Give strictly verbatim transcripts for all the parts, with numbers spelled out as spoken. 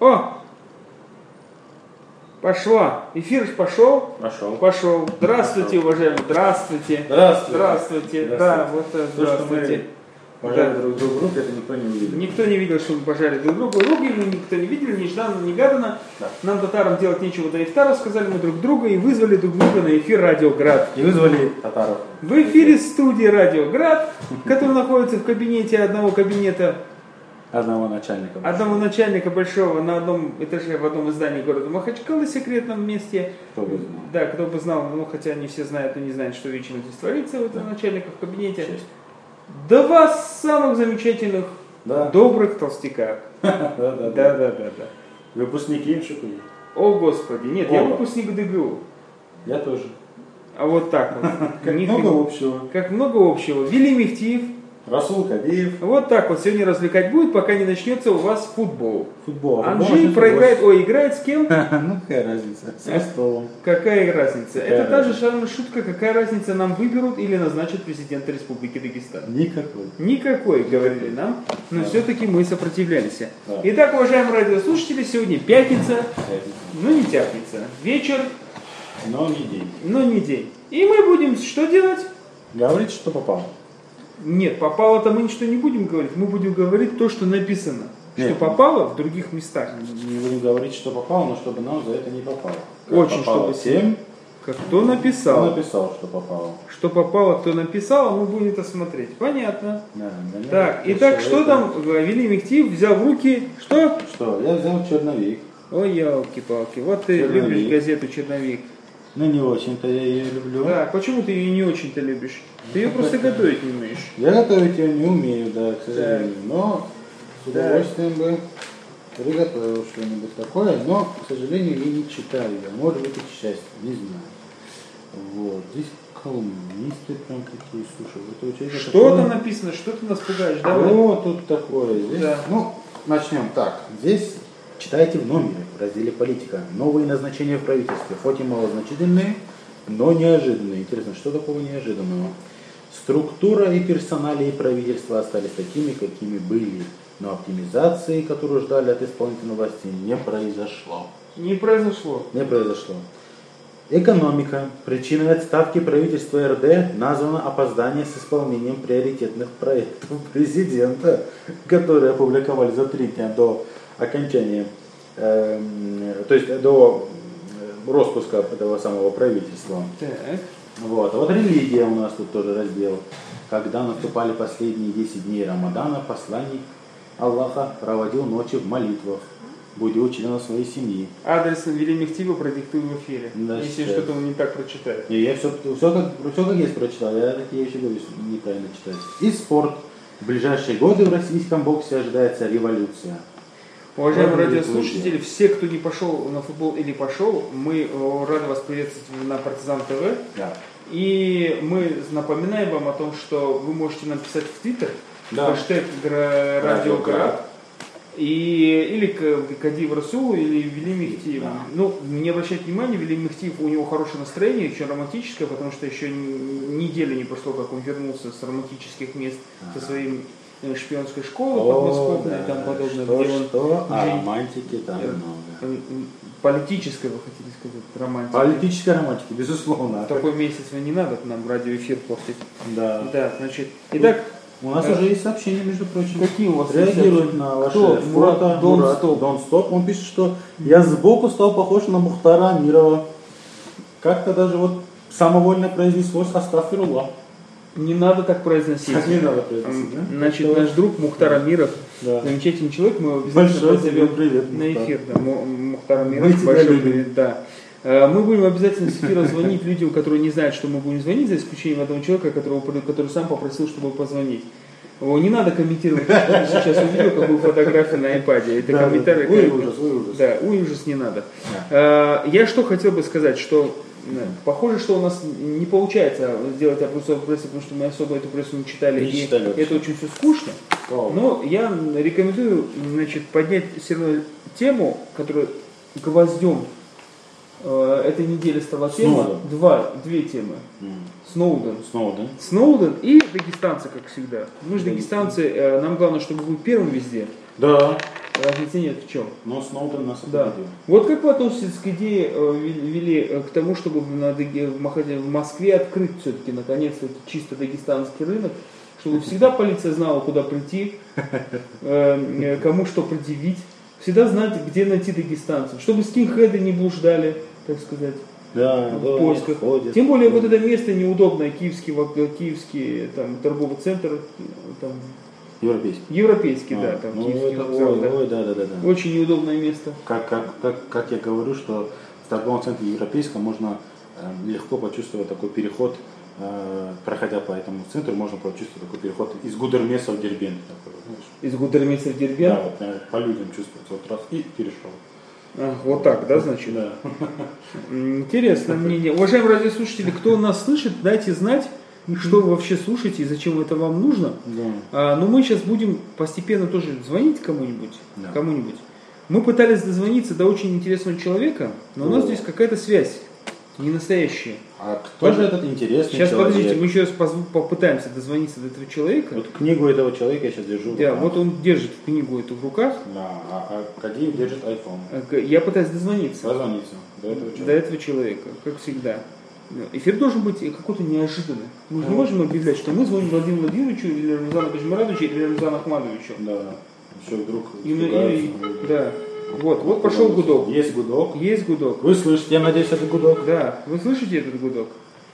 О! Пошла. Эфир ж пошел? Пошел. Пошел. Здравствуйте, Пошел. уважаемые. Здравствуйте. Здравствуйте. Здравствуйте. Здравствуйте. Да, вот э, здравствуйте. Пожали Да. друг другу руки, это никто не увидел. Никто не видел, что мы пожали друг другу руки, мы никто не видели, нежданно, негаданно. Да. Нам, татарам, делать нечего до ифтара, сказали мы друг друга и вызвали друг друга на эфир Радио Град. И вызвали татаров. В эфире студии Радио Град, который находится в кабинете одного кабинета, Одного начальника. одного начальника большого на одном этаже в одном из зданий города Махачкалы, секретном месте. Кто бы знал. Да, кто бы знал, ну хотя не все знают, но не знают, что вечером здесь творится у этого Да. начальника в кабинете. Честь. Два самых замечательных, Да. добрых толстяка. Да, да, Да, да. да, да, да. Выпускники МШПИ. О, Господи, нет, я Оба. выпускник ДГУ. Я тоже. А вот так вот. Как Ни много хрена. общего. Как много общего. Вели Мехтиев. Расул Кадиев. Вот так вот сегодня развлекать будет, пока не начнется у вас футбол. Футбол. Анжей проиграет, ой, играет с кем? Ну какая разница? С Ростовом. Какая разница? Какая Это та же разница? самая шутка, какая разница, нам выберут или назначат президента Республики Дагестан. Никакой. Никакой, говорили нам, но Да. все-таки мы сопротивлялись. Да. Итак, уважаемые радиослушатели, сегодня пятница, ну не тяпница, вечер, Но не день. но не день. И мы будем что делать? Говорите, что попало. Нет, попало-то мы ничего не будем говорить, мы будем говорить то, что написано. Нет. Что попало в других местах. Не будем говорить, что попало, но чтобы нам за это не попало. Как Очень, попало чтобы всем. Как кто Кто написал. написал, что попало. Что попало, кто написал, а мы будем это смотреть. Понятно. Да, да, Так, да, итак, всё что это- там Вели Мехтиев взял в руки? Что? Что, я взял черновик. Ой, елки-палки, вот ты Черновик. любишь газету «Черновик». Ну не очень-то я ее люблю. Да, почему ты ее не очень-то любишь? Ты ее просто готовить не умеешь. Я готовить ее не умею, да, к сожалению. Но с Да. удовольствием бы приготовил что-нибудь такое, но, к сожалению, я не читаю ее. Может быть, и к счастью, не знаю. Вот. Здесь колумнисты прям какие, слушай, вот у человека Что такое- там написано? Что ты нас пугаешь? Давай. Вот тут такое. Здесь, Да. ну, начнем так. Здесь читайте в номере, в разделе «Политика». Новые назначения в правительстве, хоть и малозначительные, но неожиданные. Интересно, что такого неожиданного? Структура и персоналии правительства остались такими, какими были. Но оптимизации, которую ждали от исполнительной власти, не произошло. Не произошло. Не произошло. Экономика. Причиной отставки правительства эр дэ названо опоздание с исполнением приоритетных проектов президента, которые опубликовали за три дня до окончания, эм, то есть до э, распуска этого самого правительства. Так. Вот. А вот религия у нас тут тоже раздел. Когда наступали последние десять дней Рамадана, посланник Аллаха проводил ночи в молитвах, будя у членов своей семьи. Адрес Вели Мехтиева продиктую в эфире. Да, если сейчас. что-то он не так прочитает. И я все, все, как, все как есть прочитал, я такие вещи говорю, неправильно читать. И спорт. В ближайшие годы в российском боксе ожидается революция. Уважаемые Ладно, радиослушатели, все, кто не пошел на футбол или пошел, мы э, рады вас приветствовать на Партизан ТВ. Да. И мы напоминаем вам о том, что вы можете нам писать в Твиттер, Да. хэштег гра- Радиоград, и, или к Кадиеву Расулу, или Вели Мехтиеву. Да. Ну, не обращайте внимания, Вели Мехтиев, у него хорошее настроение, очень романтическое, потому что еще н- неделя не прошло, как он вернулся с романтических мест Ага. со своей э, шпионской школы О, подмосковной и да. тому подобное, Что, где он что? А жи- романтики там Э, много. м, м, политической, вы хотели сказать, романтики. Политическая романтика, безусловно. В такой месяц не надо нам радиоэфир портить. Да. Да, значит, итак, У нас Э, уже есть сообщения, между прочим. какие у вас Реагирует на ваше Кто? фото. Мурат Don't Мурат Stop. Don't Stop. Он пишет, что я сбоку стал похож на Мухтара Амирова. Как-то даже вот самовольно произнеслось «Астафируллах». Не надо так произносить. Не надо произносить, да? Значит, Это наш друг Мухтар Амиров, Да. замечательный человек, мы его обязательно Большой тебе позовем привет, на Мухтар. эфир. Да, Му- Мухтар Мы Амиров, тебя большой любим. привет, да. Э, Мы будем обязательно с эфира звонить людям, которые не знают, что мы будем звонить, за исключением одного человека, которого, который сам попросил, чтобы позвонить. О, не надо комментировать, что ты сейчас увидел, какую фотографию на iPad. Это Да, комментарий. да, да. Ой, ужас, ой, ужас. Да, ой, ужас не надо. Э, Я что хотел бы сказать, что э, похоже, что у нас не получается сделать опросов прессы, потому что мы особо эту прессу не читали, Не и читали вообще. это очень все скучно. Слава Богу. Но я рекомендую, значит, поднять все равно тему, которая гвоздем э, этой недели стала тема. Сноуден. Два, две темы. М. Сноуден. Сноуден. Сноуден и дагестанцы, как всегда. Мы же дагестанцы, э, нам главное, чтобы был первым везде. Да. Разницы нет в чем. Но Сноуден нас Да. освободил. Вот как вы относитесь к идее, э, вели э, к тому, чтобы в, на Даге- в Махате- в Москве открыть все-таки наконец-то этот чисто дагестанский рынок, чтобы всегда полиция знала, куда прийти, э, э, кому что предъявить, всегда знать, где найти дагестанцев, чтобы скинхеды не блуждали, так сказать, Да, в да, поисках. ходят. Тем более вот это место неудобное, киевский, вок- киевский там, торговый центр, там, Европейский. европейский, да, А, там ну, киевский это, вокзал, ой, да. ой, да, да, да, да. Очень неудобное место. Как, как, как, как я говорю, что в торговом центре европейском можно э, легко почувствовать такой переход, э, проходя по этому центру, можно почувствовать такой переход из Гудермеса в Дербент. Такой, знаешь. Из Гудермеса в Дербент. Да, вот, э, по людям чувствуется, вот раз и перешел. А, вот так, да, значит? Да. М, Интересное мнение. Уважаемые радиослушатели, кто нас слышит, дайте знать, что вы вообще слушаете и зачем это вам нужно. Да. А, но мы сейчас будем постепенно тоже звонить кому-нибудь. Да. Кому-нибудь. Мы пытались дозвониться до очень интересного человека, но у нас О. здесь какая-то связь не настоящая. А кто же этот интересный Сейчас, человек? подождите, мы еще раз позв- попытаемся дозвониться до этого человека. Вот книгу этого человека я сейчас держу. в Да, руках. вот он держит книгу эту в руках. Да, а, а Кадиев держит iPhone. А, к- Я пытаюсь дозвониться. Позвоните до этого До человека. этого человека, как всегда. Эфир должен быть какой-то неожиданный. Мы же не можем объявлять, что мы звоним Владимиру Владимировичу или Рамзану Кожмурадовичу или Рамзану Ахмадовичу. Да, еще вдруг И мы- испугаются. и- да. Вот, вот пошел гудок. Есть гудок. Есть гудок. Вы слышите, я надеюсь, это гудок. Да, вы слышите этот гудок?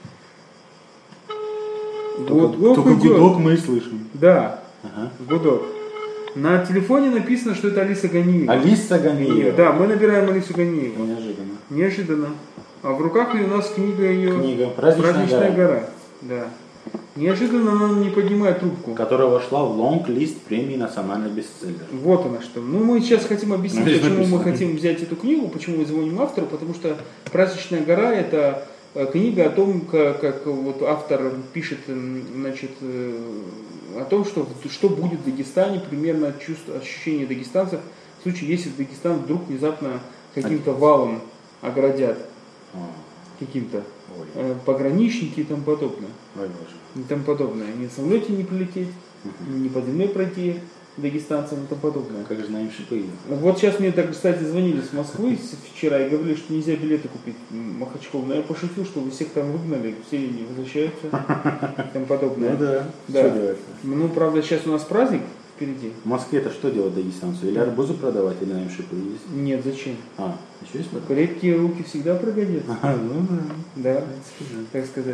Только, Гудок только идет. гудок мы и слышим. Да, Ага. гудок. На телефоне написано, что это Алиса Ганиева. Алиса Ганиева. Да, мы набираем Алису Ганиеву. Неожиданно. Неожиданно. А в руках у нас книга ее Книга «Праздничная «Праздничная гора», гора». Да. Неожиданно она не поднимает трубку. которая вошла в лонг-лист премии «Национальный бестселлер». Вот она что. Ну, мы сейчас хотим объяснить, Здесь почему написано. мы хотим взять эту книгу, почему мы звоним автору, потому что «Праздничная гора» — это э, книга о том, как, как вот автор пишет, м, значит, э, о том, что, что будет в Дагестане, примерно чувство, ощущение дагестанцев, в случае, если Дагестан вдруг внезапно каким-то валом оградят, А, каким-то Ой, э, пограничники и тому подобное. ой, боже. И тому подобное. Ни на самолете не прилететь, ни под землей пройти дагестанцам и тому подобное. Как же Наим Шипы ехал. Вот сейчас мне так, кстати, звонили с Москвы с- вчера и говорили, что нельзя билеты купить в Махачкал. Но я пошутил, что вы всех там выгнали, все не возвращаются и тому подобное. Ну да, Да. что делать? Ну, правда, сейчас у нас праздник впереди. В Москве-то что делать дагестанцу? Или арбузы продавать, или Наим Шипы есть? Нет, зачем? А, еще есть продавать? Крепкие руки всегда пригодятся. А, ну да. Да, так сказать.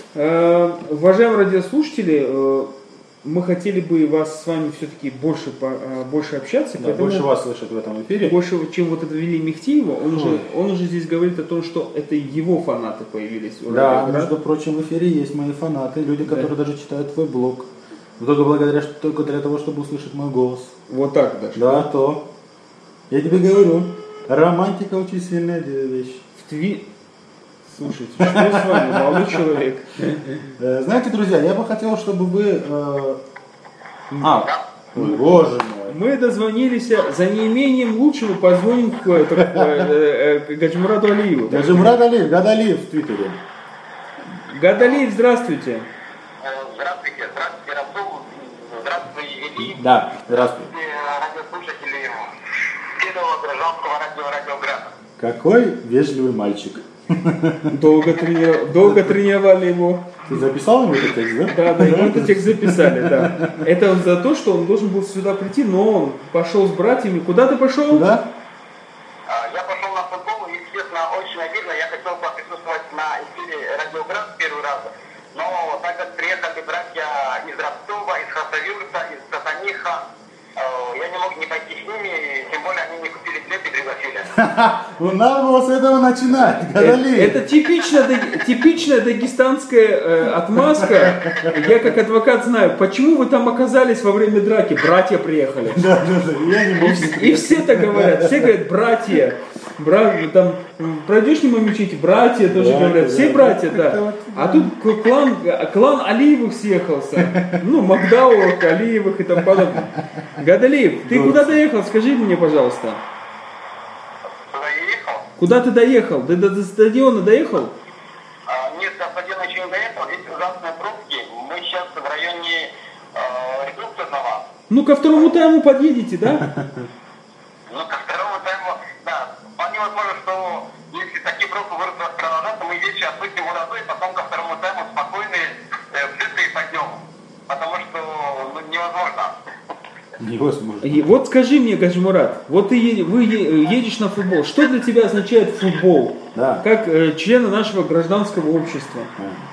Э, Уважаемые радиослушатели, э, мы хотели бы вас с вами все-таки больше, по- э, больше общаться, Да, поэтому больше вас слышат в этом эфире. больше, чем вот это Вели Мехтиева, он уже, Ой. он уже здесь говорит о том, что это его фанаты появились. у Да, Радио Град. между прочим, в эфире есть мои фанаты, люди, Да. которые даже читают твой блог. Только благодаря, только для того, чтобы услышать мой голос. Вот так даже. Да, то. Я тебе говорю, романтика очень сильная вещь. В Тви... Слушайте, что с вами, молодой человек? Э, Знаете, друзья, я бы хотел, чтобы вы... э, А, ой, боже мой. Мы дозвонились, за неимением лучшего позвоним к, это, к, э, э, к Гаджимураду Алиеву. Гаджимурад Алиев, Гадалиев в Твиттере. Гадалиев, здравствуйте. Здравствуйте, здравствуйте, Расул, здравствуйте, Вели, Да, здравствуй. радиослушатели Первого гражданского радио Радиограда. Какой вежливый мальчик. Долго, трени- долго тренировали его. Ты записал ему этот текст, да? Да, да, ему этот текст записали, да. Это за то, что он должен был сюда прийти, но он пошел с братьями. Куда ты пошел? Да? А, Я пошел на футбол, и, естественно, очень обидно, я хотел бы присутствовать на эфире Радиоград первый раз, но так как приехали братья из Ростова, из Хасавюрта, из Сатаниха, э, я не мог не пойти с ними, тем более они не купили билеты и пригласили. Ну, надо было с этого начинать, Это, Гадалиев. это типичная, даг- типичная дагестанская э, отмазка. Я как адвокат знаю, почему вы там оказались во время драки. Братья приехали. Да, да, да, я не мог. И все так говорят, все говорят, братья. Бра- там, м, пройдешь мимо мечети, братья тоже Братья, говорят, все да. братья, Как-то да. вот, А тут к- клан, клан Алиевых съехался. Ну, Магдауовых, Алиевых и тому подобное. Гадалиев, ты Да. куда доехал? Скажи мне, пожалуйста. Куда я ехал? Куда ты доехал? Ты до, до стадиона доехал? А, Нет, до стадиона еще не доехал, здесь ужасные пробки, мы сейчас в районе э, редукторного. Ну, ко второму тайму подъедете, да? Невозможно. И вот скажи мне, Гаджимурат, вот ты е- вы е- едешь на футбол. Что для тебя означает футбол? Да. Как э, члена нашего гражданского общества?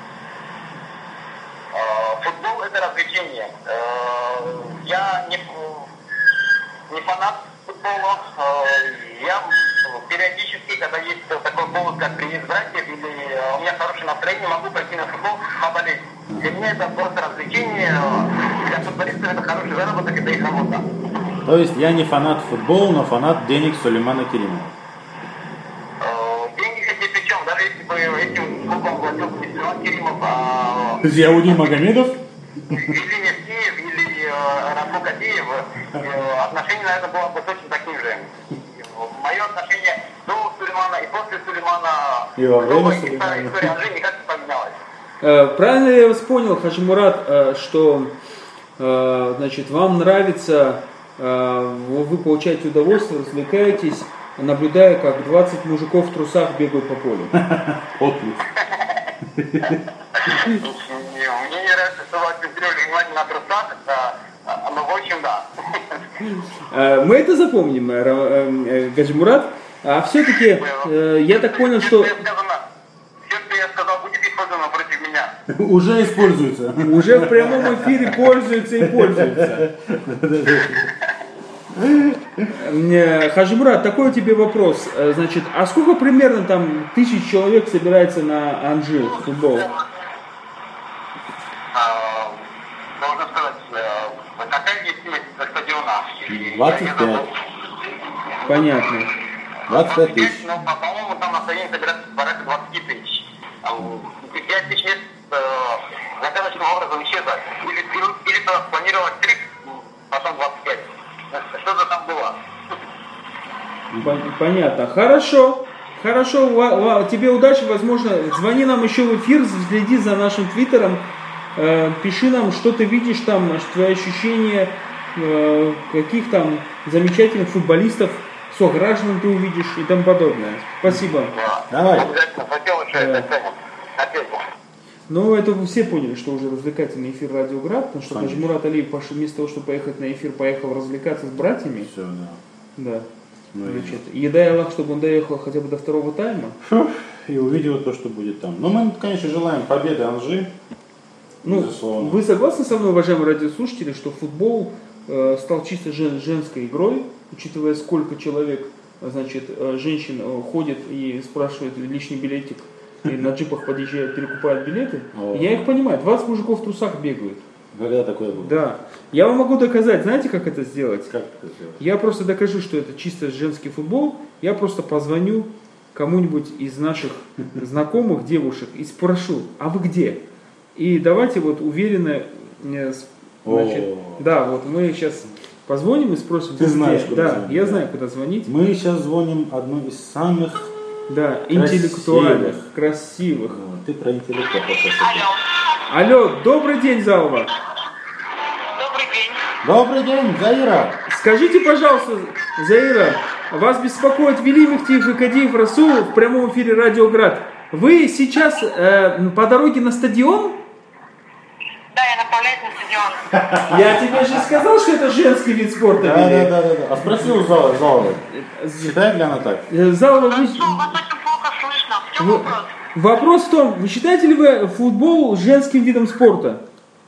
Э, Футбол это развлечение. Э, Я не, не фанат футбола. Э, Я периодически, когда есть такой повод, как приезд братьев, или э, у меня хорошее настроение, могу пойти на футбол, поболеть. Для меня это просто развлечение. Для футболистов это хороший заработок, это их работа. То есть я не фанат футбола, но фанат денег Сулеймана Керимова. Э, Деньги эти при чем? Даже если бы этим клубом владел не Сулейман Керимов, а Зияудин Магомедов? или Нефтеев, или э, Рафу Кадиев, э, отношение, наверное, было бы точно таким же. Мое отношение до Сулеймана и после Сулеймана, И во время новая Сулеймана. история, история Алжира никак не поменялась. Э, Правильно я вас понял, Хажимурат, э, что э, значит, вам нравится, э, вы получаете удовольствие, развлекаетесь, наблюдая, как двадцать мужиков в трусах бегают по полю. Отклик. Мне не нравится, что вы акцентировали внимание на трусах, а, но в общем, да. Э, Мы это запомним, э, Ра- э, Гаджимурат. А все-таки, э, я так понял, что Все, что я сказал, будет использовано против меня. Уже используется. уже в прямом эфире пользуются и пользуются. Э, Хажимурат, такой тебе вопрос. Э, Значит, а сколько примерно там тысяч человек собирается на Анжи в футбол? А, Должен сказать, э, какая вместимость стадиона? двадцать Я не пять. забыл. Понятно. двадцать пять тысяч. Ну, по- по-моему, там на стадионе собирается порядка двадцать тысяч. А, пять тысяч мест э, загадочным образом исчезают. Или, или, или планировать три, потом двадцать пять. Что-то там было. Пон- Понятно. Хорошо. Хорошо. Ва- ва- Тебе удачи. Возможно, звони нам еще в эфир, следи за нашим твиттером. Э, Пиши нам, что ты видишь там, ш- твои ощущения, э, каких там замечательных футболистов, сограждан ты увидишь и тому подобное. Спасибо. Да. Давай. Обязательно. Хотел еще Да. это ценить. Опять. Ну, это вы все поняли, что уже развлекательный эфир Радио Град, потому что Конечно. Хажимурат Алиев пошел, вместо того, чтобы поехать на эфир, поехал развлекаться с братьями. Все, да. Да. Ну, и- Значит, и дай Аллах, чтобы он доехал хотя бы до второго тайма. Фух, и увидел то, что будет там. Но мы, конечно, желаем победы Анжи. Ну, Безусловно. вы согласны со мной, уважаемые радиослушатели, что футбол э, стал чисто жен- женской игрой, учитывая, сколько человек, э, значит, э, женщин э, ходит и спрашивают лишний билетик, и на джипах подъезжают, перекупают билеты. О. Я их понимаю, двадцать мужиков в трусах бегают. Когда такое было? Да. Я вам могу доказать, знаете, как это сделать? Как это сделать? Я просто докажу, что это чисто женский футбол. Я просто позвоню кому-нибудь из наших знакомых девушек и спрошу, а вы где? И давайте вот уверенно, э, с- значит, О. да, вот мы сейчас позвоним и спросим. Ты где? знаешь, куда да, звонить, я да. знаю, куда звонить. Мы сейчас звоним одной из самых... Да, интеллектуальных, красивых. Вот, ты про интеллект попросил. Алло, добрый день, Залва. Добрый день. Добрый день, Заира. Скажите, пожалуйста, Заира, вас беспокоит Вели Мехтиев и Кадиев Расул в прямом эфире Радио Град. Вы сейчас э, по дороге на стадион? Да, я направляюсь на стадион. Я тебе же сказал, что это женский вид спорта. Да, да, Вели. да, да, да. А спроси у Зала, Зала. Считает ли она так? Э, Залва, вы- Что, вас очень плохо слышно. В чем вы- вопрос? вопрос в том, вы считаете ли вы футбол женским видом спорта?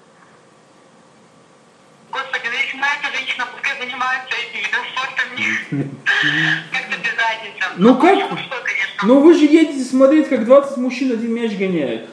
Господи, ну если нравится женщина, пускай занимается этим видом спорта, мне как-то без разницы. Ну как? Почему что, конечно. Ну вы же едете смотреть, как двадцать мужчин один мяч гоняют.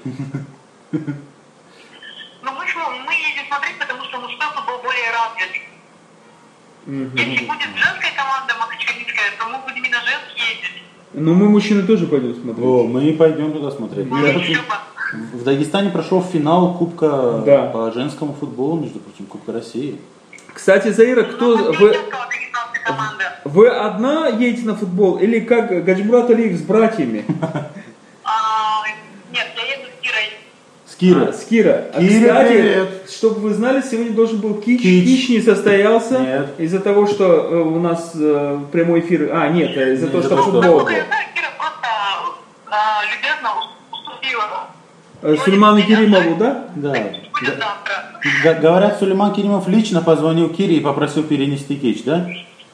Ну мы, ж- мы едем смотреть, потому что мужской футбол более развит. Если будет женская команда махачкалинская, то мы будем и на женский ездить. Ну мы мужчины тоже пойдем смотреть. О, мы пойдем туда смотреть. Ну, Я еще хочу- бы. В Дагестане прошел финал Кубка Да. по женскому футболу, между прочим, Кубка России. Кстати, Заира, кто Ну, вы, дагестанская команда. вы одна едете на футбол или как Гаджимурат Алиев с братьями? А, нет, я еду с Кирой. С Кирой. А, с Кира. А, Кира, кстати, привет. чтобы вы знали, сегодня должен был кич. Кич. Кич не состоялся Нет. из-за того, что э, у нас э, прямой эфир. А, нет, э, из-за Не, того, из-за что того, что футбол. Насколько я знаю, Кира просто а, любезно уступила. Э, Сулейману Керимову, да? Да. Будет завтра. Г- Говорят, Сулейман Керимов лично позвонил Кире и попросил перенести кетч, да?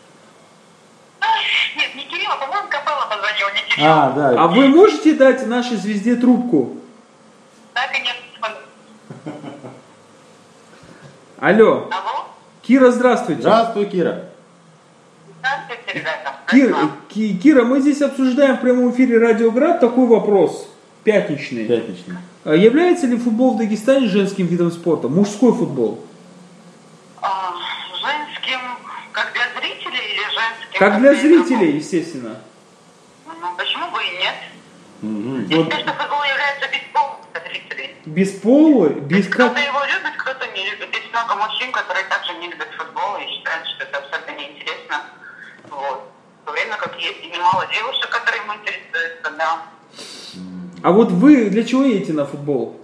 Нет, не Кирилл, а, по-моему, Капелло позвонил, не Кирилл. А, да. А вы можете дать нашей звезде трубку? Да, конечно. Алло, Алло? Кира, здравствуйте. Здравствуй, Кира. Здравствуйте, ребята. Кир- Спасибо. Ки- Кира, мы здесь обсуждаем в прямом эфире Радиоград такой вопрос, пятничный. Пятничный. А является ли футбол в Дагестане женским видом спорта? Мужской футбол? А, женским, как для зрителей или женским? Как для игроков? зрителей, естественно. Ну, почему бы и нет? Мгм. Я Вот. считаю, что футбол является бесполым для зрителей. Бесполый, без как... Кто-то его любит, кто-то не любит. Есть много мужчин, которые также не любят футбол и считают, что это абсолютно неинтересно. Вот. В то время как есть и немало девушек, которые ему интересуются, да. А вот вы для чего едете на футбол?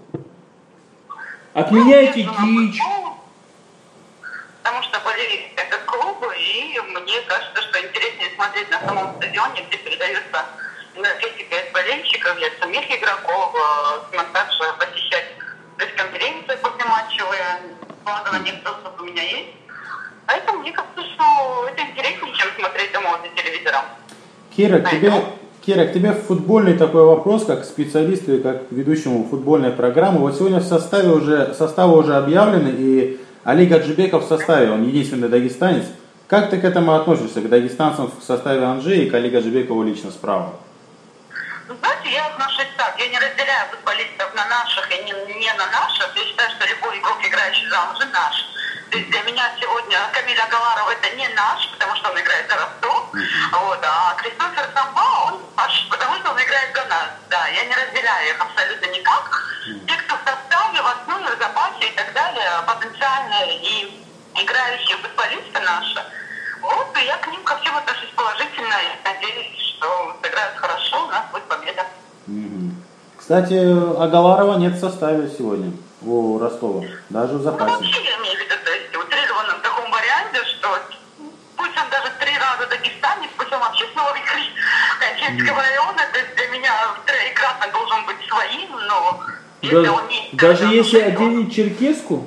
Отменяете Ну, кич? ну, Потому что болеют это клубы, и мне кажется, что интереснее смотреть на самом стадионе, где передается энергетика от болельщиков, от самих игроков, э, также посещать пресс-конференции послематчевые, складывание вопросов у меня есть. Поэтому мне кажется, что это интереснее, чем смотреть дома за телевизором. Кира, к Да, тебе, да. Кира, к тебе футбольный такой вопрос, как специалисту и как ведущему футбольной программы. Вот сегодня в составе уже, составы уже объявлены, и Али Гаджибеков в составе, он единственный дагестанец. Как ты к этому относишься, к дагестанцам в составе Анжи и к Али Гаджибекову лично справа? Ну, знаете, я отношусь так, я не разделяю футболистов на наших и не, не на наших. Я считаю, что любой игрок, играющий за Анжи, наш. То есть для меня сегодня Камиль Агаларов это не наш, потому что он играет за Ростов. Вот, а Кристофер Самба, он наш, потому что он играет за нас. Да, я не разделяю их абсолютно никак. Те, кто в составе, в основе, в запасе и так далее, потенциальные и играющие футболисты наши. Вот, и я к ним ко всем отношусь положительно и надеюсь, что сыграют хорошо, у нас будет победа. Мгм. Кстати, Агаларова нет в составе сегодня у Ростова, даже в Ну, запасе. вообще, я имею в виду, то есть, в утрированном таком варианте, что пусть он даже три раза дагестанец, пусть он вообще с Нового Кончинского района, то есть для меня троекратно должен быть своим, но если Даже, он не... даже то если он- оденет черкеску?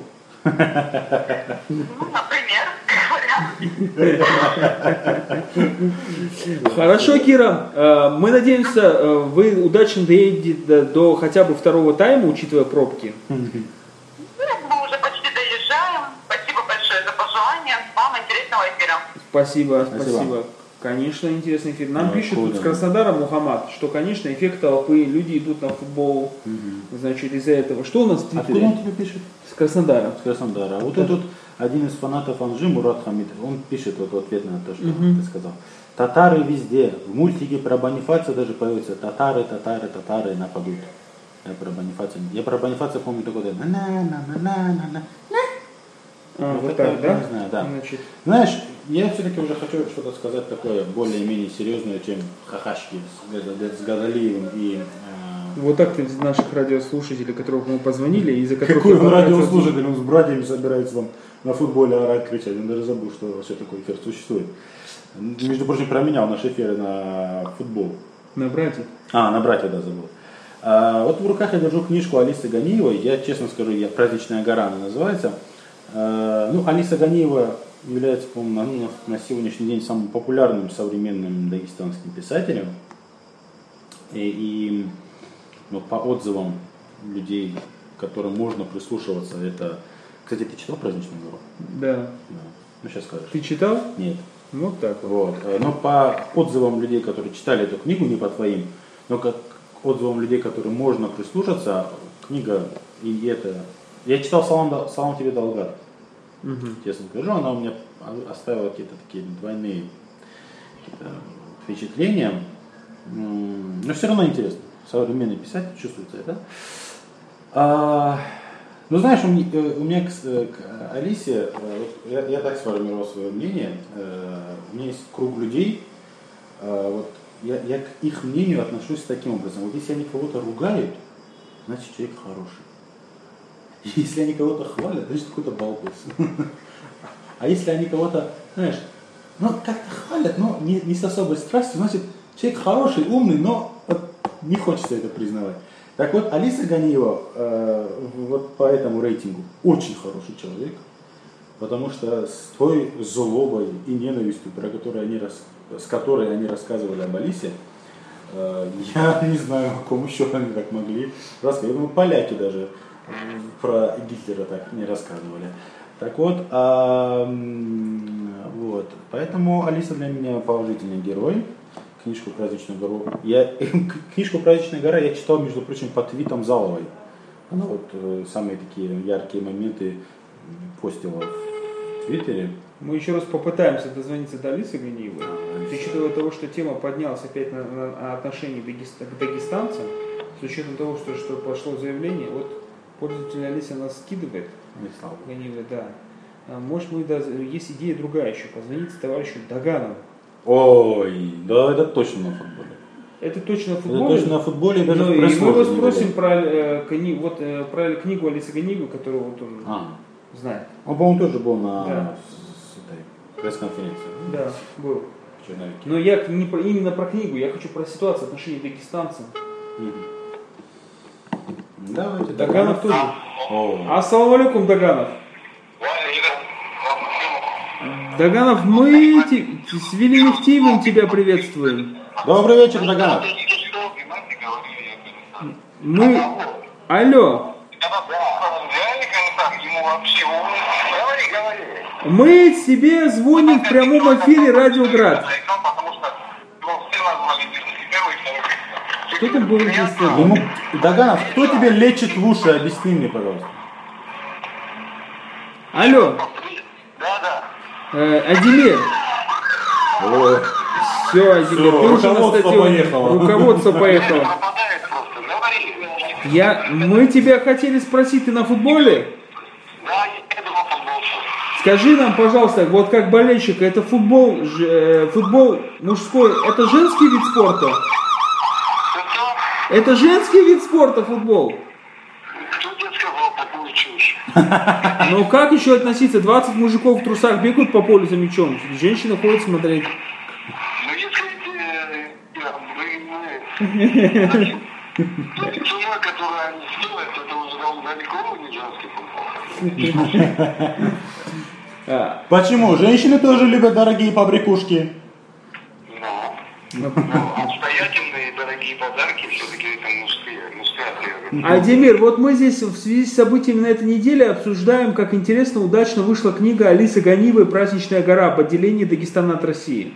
Ну, например, вариант. Хорошо, Кира. Э, Мы надеемся, э, вы удачно доедете до, до хотя бы второго тайма, учитывая пробки. Ну, мы уже почти доезжаем. Спасибо большое за пожелания. Вам интересного эфира. Спасибо, Спасибо. спасибо. Конечно, интересный эфир. Нам Да, пишут тут круто. с Краснодара Мухаммад, что, конечно, эффект толпы, люди идут на футбол, значит, из-за этого. Что у нас в Откуда Твиттере? он тебе пишет? С Краснодара. С Краснодара. А вот Да. тут один из фанатов Анжи, Мурат Хамидов, он пишет вот в ответ на то, что ты сказал. Татары везде. В мультике про Бонифация даже появится татары, татары, татары нападут. Я про Бонифация. Я про Бонифация помню только это. На-на-на-на-на-на. А, Вот вот это так, я да? не знаю, да. Значит, Знаешь, я все-таки уже хочу что-то сказать такое более-менее серьезное, чем хахашки с, Гада- с Гадалиевым и... э, вот так ты наших радиослушателей, которых мы позвонили, из-за которых... Какой он я потратил- радиослушатель, он с братьями собирается там на футболе орать, кричать. Он даже забыл, что вообще такой эфир существует. Между прочим, променял наши эфиры на футбол. На братьев. А, на братья, да, забыл. А, вот в руках я держу книжку Алисы Ганиевой. Я честно скажу, я «Праздничная гора» она называется. А, ну, Алиса Ганиева является, по-моему, на, ну, на сегодняшний день самым популярным современным дагестанским писателем. И, и ну, по отзывам людей, к которым можно прислушиваться, это... Кстати, ты читал «Праздничную гору»? Да. Да. Ну, сейчас скажешь. Ты читал? Нет. Вот так вот. Вот. Но по отзывам людей, которые читали эту книгу, не по твоим, но как отзывам людей, которым можно прислушаться, книга и это... Я читал «Салам, Салам тебе, Далгат». Мгм. Честно скажу, она у меня оставила какие-то такие двойные какие-то впечатления. М, Но все равно интересно. Современный писатель, чувствуется это. А, ну, знаешь, у меня, у меня к, к Алисе, вот я, я так сформировал свое мнение. У меня есть круг людей, вот я, я к их мнению отношусь таким образом. Вот если они кого-то ругают, значит человек хороший. Если они кого-то хвалят, значит какой-то балбес. А если они кого-то, знаешь, ну как-то хвалят, но не, не с особой страстью, значит человек хороший, умный, но вот не хочется это признавать. Так вот, Алиса Ганиева э, вот по этому рейтингу очень хороший человек, потому что с той злобой и ненавистью, про которую они рас... с которой они рассказывали об Алисе, э, я не знаю, о ком еще они так могли рассказывать. Я думаю, поляки даже про Гитлера так не рассказывали. Так вот, а, вот, поэтому Алиса для меня положительный герой. Книжку «Праздничную гору». Я, книжку «Праздничная гора» я читал, между прочим, по твитам Заловой. Она вот э, самые такие яркие моменты постила в Твиттере. Мы еще раз попытаемся дозвониться до Алисы Ганиевой. С учетом того, что тема поднялась опять на, на отношении к дагестанцам, с учетом того, что, что пошло заявление, вот пользователь Алиса нас скидывает. Ганиевой, да. Может, мы, да, есть идея другая еще, позвонить товарищу Даганову. Ой, да, это точно на футболе. Это точно на футболе? Это точно на футболе, даже ну, в и мы вас спросим не про, э, кни, вот, э, про книгу Алисы Ганиевой, которую вот он а. знает. Он, по-моему, тоже был на да. пресс-конференции. Да, был. Но я не про, именно про книгу, я хочу про ситуацию в отношении дагестанцев. Угу. Давайте. Даганов тоже. О. Ассаламу алейкум, Даганов. Даганов, мы с Велимехтиевым тебя приветствуем. Добрый вечер, Даганов. Мы... Алло. Мы тебе звоним в прямом эфире Радио Град. Что там говорит Ему... Даганов, кто тебе лечит в уши? Объясни мне, пожалуйста. Алло. Э, Адемир. О. Все, Адемир, ты уже на статью. Поехало. Руководство поехало. Я... Мы тебя хотели спросить, ты на футболе? Да, я еду на футбол. Скажи нам, пожалуйста, вот как болельщик, это футбол, э, футбол мужской, это женский вид спорта? Это женский вид спорта, футбол? Кто тебе сказал такую чушь? Ну как еще относиться? двадцать мужиков в трусах бегают по полю за мячом, женщина ходит смотреть. Ну если вы, той ценой, которую они стоят, это уже далеко не женский футбол. Почему? Женщины тоже любят дорогие побрякушки. Ну, обстоятельные дорогие подарки все-таки это мужские, мужские. Адемир, вот мы здесь в связи с событиями на этой неделе обсуждаем, как интересно, удачно вышла книга Алисы Ганиевой «Праздничная гора. Об отделении Дагестана от России».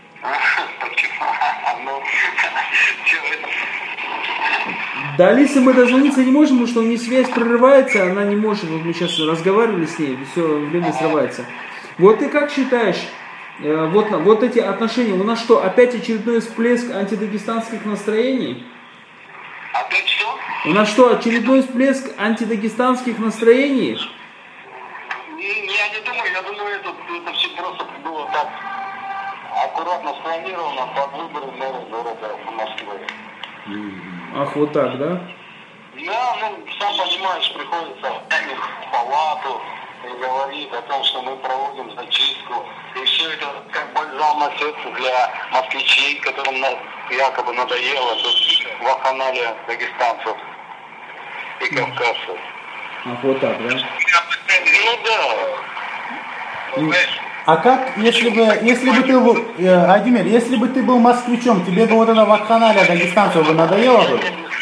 До Алисы мы дозвониться не можем, потому что у нее связь прерывается, она не может, вот мы сейчас разговаривали с ней, все время срывается. Вот ты как считаешь, э, вот, вот эти отношения, у нас что, опять очередной всплеск антидагестанских настроений? Опять что? У нас что, очередной всплеск антидагестанских настроений? Не, я не думаю, я думаю, это, это все просто было так аккуратно спланировано под выборы мэра города Москвы. Ах, вот так, да? Да, ну, сам понимаешь, приходится в палату и говорит о том, что мы проводим зачистку. И все это как бальзам на сердце для москвичей, которым якобы надоело тут вакханалия дагестанцев и кавказцев. Ах, вот так, да? Ну да. Ну, а как, если бы, если бы ты был, э, Адемир, если бы ты был москвичом, тебе бы вот эта вакханалия дагестанцев бы надоела бы?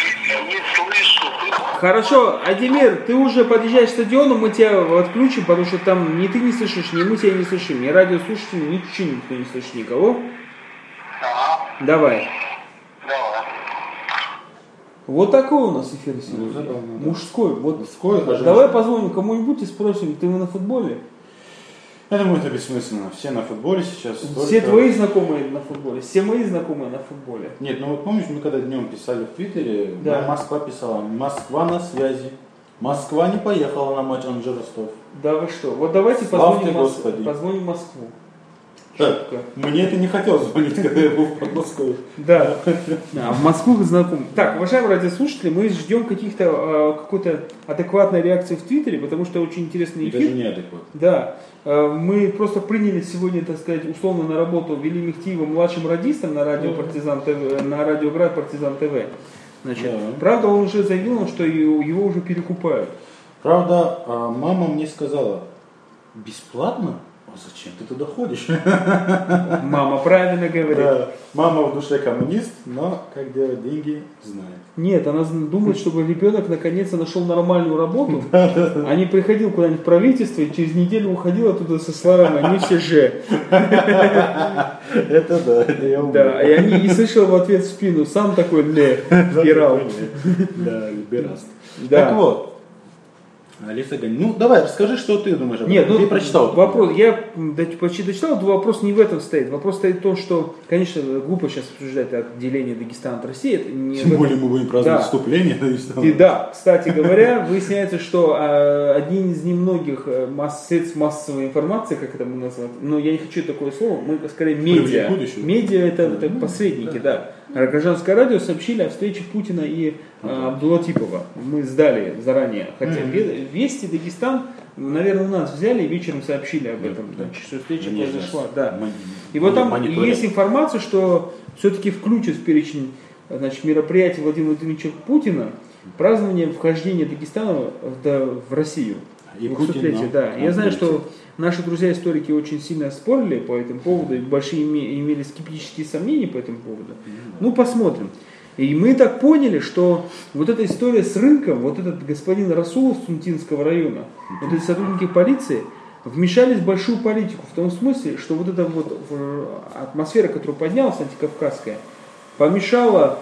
Хорошо, Адемир, ты уже подъезжаешь к стадиону, мы тебя отключим, потому что там ни ты не слышишь, ни мы тебя не слышим, ни радиослушатели, ничего никто не слышит, никого. Ага. Давай. Давай. Вот такой у нас эфир сегодня. Ну, да. Мужской. Вот. Мужской, Давай женский. Позвоним кому-нибудь и спросим, ты на футболе? Я думаю, это бессмысленно. Все на футболе сейчас. Все только... твои знакомые на футболе, все мои знакомые на футболе. Нет, ну вот помнишь, мы когда днем писали в Твиттере, да. Москва писала, Москва на связи. Москва не поехала на матч Анжи-Ростов. Да вы что? Вот давайте позвоним, Мос... позвоним в Москву. Да. Мне это не хотелось звонить, когда я был в Подмосковье. Да. А, в Москву знаком. Так, уважаемые радиослушатели, мы ждем каких-то а, какой-то адекватной реакции в Твиттере, потому что очень интересный эфир. Даже неадекватно. Да. А, мы просто приняли сегодня, так сказать, условно на работу Велимехтиева младшим радистом на радио Партизан ТВ, на радио Град Партизан ТВ. Значит, Да. правда, он уже заявил, что его, его уже перекупают. Правда, а мама мне сказала, бесплатно? А зачем ты туда ходишь? Мама правильно говорит. Да, мама в душе коммунист, но как делать деньги, знает. Нет, она думает, чтобы ребенок наконец-то нашел нормальную работу, а не приходил куда-нибудь в правительство и через неделю уходил оттуда со словами «они все же». Это да, это я умею. Да, и они и слышал в ответ в спину, сам такой либерал. Да, либераст. Да. Так вот, Алиса Ганин, ну давай, расскажи, что ты думаешь об этом. Нет, ну, ты прочитал. Вопрос, я м, почти дочитал, но вопрос не в этом стоит. Вопрос стоит в том, что, конечно, глупо сейчас обсуждать отделение Дагестана от России. Это не Тем в этом. более мы будем праздновать Да. вступление. И да, кстати говоря, выясняется, что э, один из немногих э, масс, средств массовой информации, как это мы называем, но я не хочу такое слово, мы скорее медиа. будущее. Медиа это, это посредники, да. Гражданское радио сообщили о встрече Путина и э, Абдулатипова. Мы сдали заранее. Хотя Мгм. Вести Дагестан, наверное, у нас взяли и вечером сообщили об этом, Да. значит, что встреча Они произошла. нас Да. мон- И вот там мониторят. есть информация, что все-таки включат в перечень, значит, мероприятий Владимира Владимировича Путина празднование вхождения Дагестана в, да, в Россию. И двухсотлетие, Путин, да. да, Я знаю, полетит. что наши друзья-историки очень сильно спорили по этому поводу, и большие име- имели скептические сомнения по этому поводу. Ну, посмотрим. И мы так поняли, что вот эта история с рынком, вот этот господин Расулов с Сунтинского района, вот эти сотрудники полиции вмешались в большую политику, в том смысле, что вот эта вот э, атмосфера, которая поднялась, антикавказская, помешала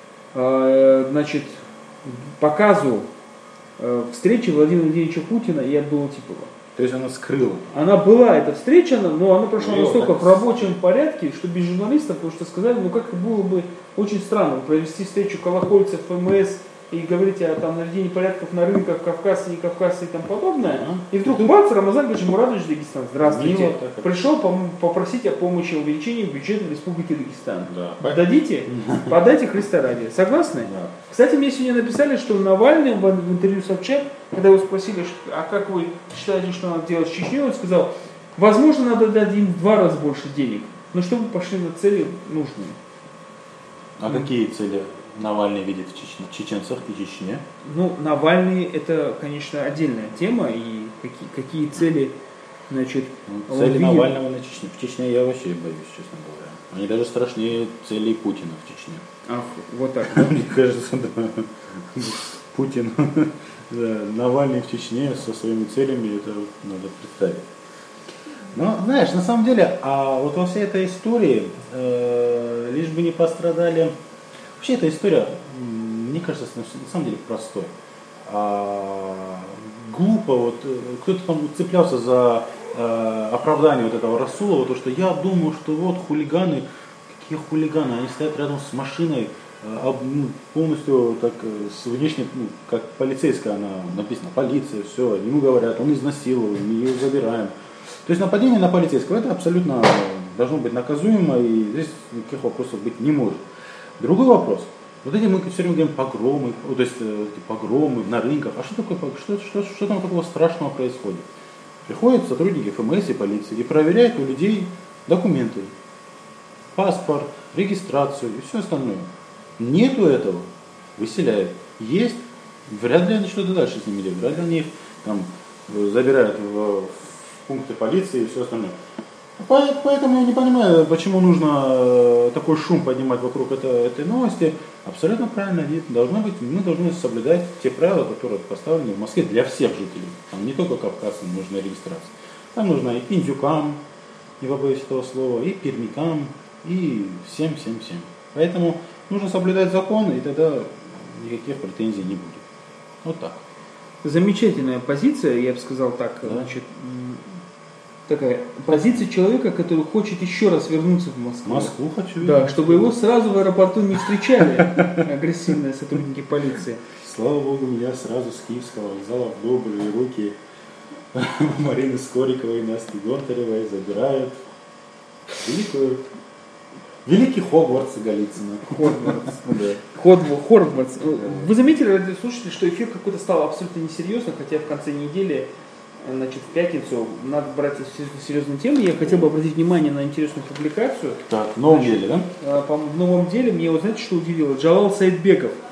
э, значит, показу э, встречи Владимира Владимировича Путина и Абдулатипова. То есть она скрыла. Она была, эта встреча, но она прошла Ну, настолько так. в рабочем порядке, что без журналистов, потому что сказали, ну как было бы очень странно провести встречу колокольцев, ФМС и говорить о там, наведении порядков на рынках, Кавказе, не Кавказе и тому подобное. Ага. И вдруг бац, Рамазан Гаджи Мурадович Дагестан, здравствуйте. Мило так. Пришел пом- попросить о помощи увеличении бюджета Республики Дагестан. Да. Дадите? Подайте Христа ради. Согласны? Да. Кстати, мне сегодня написали, что Навальный в в интервью Собчак, когда его спросили, что- а как вы считаете, что надо делать с Чечней, он сказал, возможно, надо дать им в два раза больше денег, но чтобы пошли на цели нужные. А какие цели Навальный видит в Чечне- чеченцах и Чечне? Ну, Навальный это, конечно, отдельная тема, и какие, какие цели, значит, Ну, он цели видит. Навального на Чечне. В Чечне я вообще боюсь, честно говоря. Они даже страшнее целей Путина в Чечне. Ах, вот так. да? Мне кажется, да. Путин, да, Навальный в Чечне со своими целями, это надо представить. Но, знаешь, на самом деле, а вот во всей этой истории, э, лишь бы не пострадали... Вообще эта история, м, мне кажется, на самом деле простой. А, глупо, вот э, кто-то там цеплялся за э, оправдание вот этого Расулова, то, что я думаю, что вот хулиганы, какие хулиганы, они стоят рядом с машиной, э, об- ну, полностью так э, с внешне, ну, как полицейская, она написана, полиция, все, ему говорят, он изнасиловал, мы ее забираем. То есть нападение на полицейского, это абсолютно должно быть наказуемо, и здесь никаких вопросов быть не может. Другой вопрос. Вот эти мы все время говорим погромы, то есть э, эти погромы на рынках. А что такое, пог- что, что, что там такого страшного происходит? Приходят сотрудники ФМС и полиции и проверяют у людей документы, паспорт, регистрацию и все остальное. Нету этого, выселяют. Есть, вряд ли они что-то дальше с ними делают, вряд ли они их там э, забирают в, в пункты полиции и все остальное. По- Поэтому я не понимаю, почему нужно э, такой шум поднимать вокруг это- этой новости. Абсолютно правильно, нет, должно быть, мы должны соблюдать те правила, которые поставлены в Москве для всех жителей. Там не только кавказцам нужна регистрация. Там нужна и пиндюкам, не побоюсь этого слова, и пермякам, и всем-всем-всем. Поэтому нужно соблюдать закон, и тогда никаких претензий не будет. Вот так. Замечательная позиция, я бы сказал так, Да. значит, м, такая позиция человека, который хочет еще раз вернуться в В Москву. Москву хочу. Да, видеть. чтобы его сразу в аэропорту не встречали агрессивные сотрудники полиции. Слава Богу, меня сразу с Киевского вокзала в добрые руки Марины Скориковой и Насти Гонтаревой забирают великую, великий Хогвартс Голицына. Хогвартс. Да. Хогвартс. Хогвартс. Вы заметили, радиослушатели, что эфир какой-то стал абсолютно несерьезным, хотя в конце недели, значит, в пятницу надо брать серьезную тему. Я хотел бы обратить внимание на интересную публикацию. Так, в новом деле, да? А, по- В новом деле мне, вот знаете, что удивило? Джалал Саидбеков,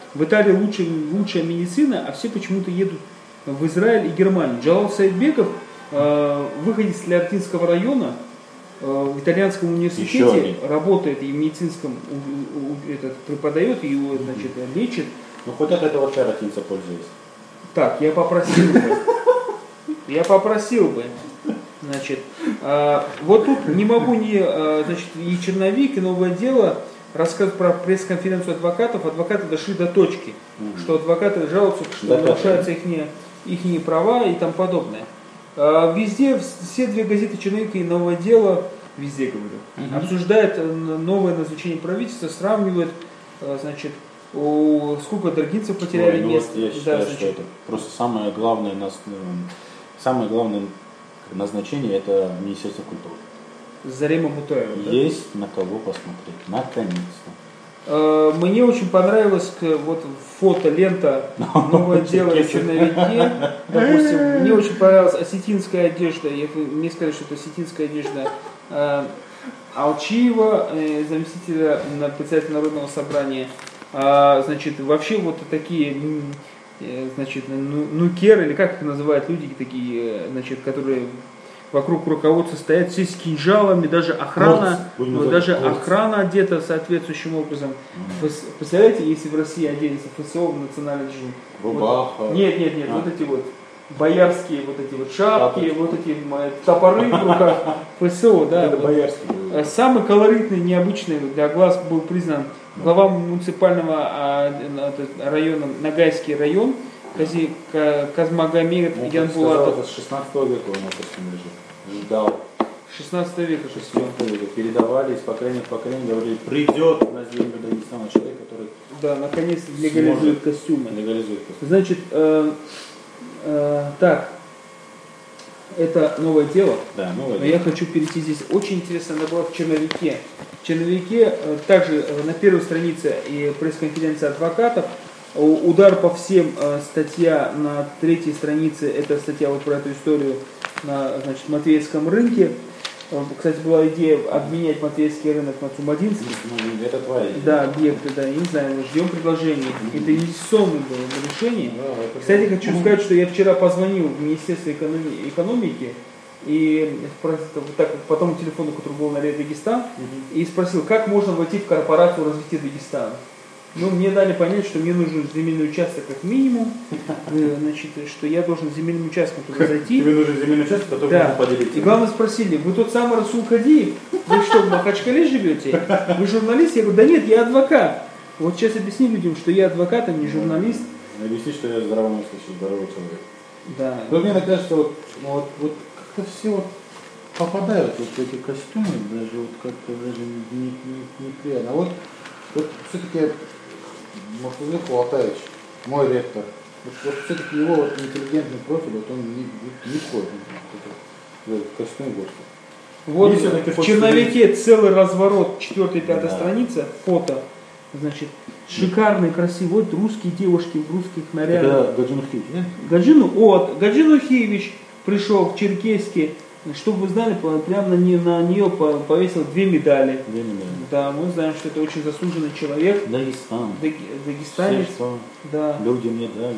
в Италии лучше, лучшая медицина, а все почему-то едут в Израиль и Германию. Джалал Саидбеков, э, выходец из Леортинского района, э, в итальянском университете работает и в медицинском у, у, этот, преподает, и его, значит, лечит. Ну хоть от этого шаратинца пользуюсь. Так, я попросил бы. Я попросил бы. Значит, э, вот тут не могу не, э, значит, и черновик, и новое дело рассказывают про пресс-конференцию адвокатов. Адвокаты дошли до точки, mm-hmm. что адвокаты жалуются, что да, нарушаются их, их права и тому подобное. Э, везде, все две газеты «Черновик» и «Новое дело», везде говорю, mm-hmm. обсуждают новое назначение правительства, сравнивают, э, значит, о, сколько даргинцев потеряли Ой, ну место. Вот я считаю, да, что это просто самое главное, самое главное назначение — это Министерство культуры. Зарема Бутаева. Есть да? на кого посмотреть. Наконец-то. Мне очень понравилось вот фото, лента, новое дело в черновике. Допустим, мне очень понравилась осетинская одежда. Мне сказали, что это осетинская одежда Алчиева, заместителя председателя Народного собрания. Значит, вообще вот такие, значит, нукеры, или как их называют люди такие, значит, которые вокруг руководства стоят, все с кинжалами, даже охрана, ну, даже охрана одета соответствующим образом. Mm-hmm. Представляете, если в России оденется ФСО в национальный режим? Рубаха. Вот, нет, нет, нет, а. вот эти вот боярские вот эти вот шапки, Шапочки. Вот эти топоры в руках ФСО, да. Это вот. Боярские. Самый колоритный, необычный для глаз был признан глава муниципального района, Ногайский район, Кази, Казмагомед ну, Янбулатов. Это с шестнадцатого века у нас костюм лежит. Ждал. шестнадцатого века костюм. Передавали из поколения в поколение, говорили, придет на землю Дагестана человек, который... Да, наконец легализует костюмы. Легализует костюмы. Значит, э, э, так, это новое дело. Да, новое но дело. Я хочу перейти здесь. Очень интересно, она была в черновике. В черновике э, также э, на первой странице и пресс-конференция адвокатов. Удар по всем, статья на третьей странице, это статья вот про эту историю на, значит, Матвеевском рынке. Кстати, была идея обменять Матвеевский рынок на Цумадинский. Ну, это твоя идея. Да, объекты, да, я не знаю, ждем предложений. Mm-hmm. Это инвестиционное было решение. Yeah, это Кстати, да. хочу mm-hmm. сказать, что я вчера позвонил в Министерство экономи- экономики и вот так, потом телефону, который был на Дагестан, mm-hmm. и спросил, как можно войти в корпорацию развития Дагестана. Ну, мне дали понять, что мне нужен земельный участок как минимум, значит, что я должен земельным участком туда зайти. Тебе нужен земельный участок, который да. можно поделить. И главное спросили, вы тот самый Расул Кадиев? Вы что, в Махачкале живете? Вы журналист? Я говорю, да нет, я адвокат. Вот сейчас объясни людям, что я адвокат, а не журналист. Объясни, что я здравомыслящий, здоровый человек. Да. Но мне кажется, что вот, вот, вот как-то все вот попадают вот в эти костюмы, даже вот как-то даже неприятно. Не, не а вот, вот все-таки Муртазы Хулатаевич, мой ректор, вот, вот все-таки его вот интеллигентный профиль, вот он не, не входит в этот костюм горстки. Вот в черновике целый разворот, четвертая, пятая да. страница, фото, значит, шикарные, красивые, вот русские девушки в русских нарядах. Это Гаджин Ухиевич, да? Гаджину, вот, Гаджин Ухиевич пришел в Черкеске, чтобы вы знали, прямо на нее, на нее повесил две медали. Две медали. Да, мы знаем, что это очень заслуженный человек. Дагестан. Даг, Дагестанец. Да. Люди мне дали.